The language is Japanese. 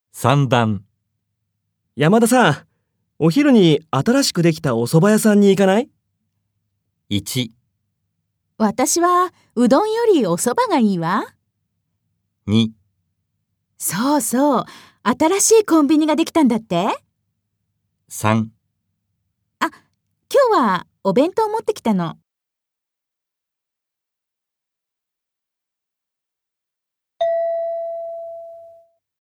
3番。 山田さん、お昼に新しくできたお蕎麦屋さんに行かない？ 1、 私はうどんよりお蕎麦がいいわ。 2、 そうそう、新しいコンビニができたんだって？ 3。 今日はお弁当持ってきたの。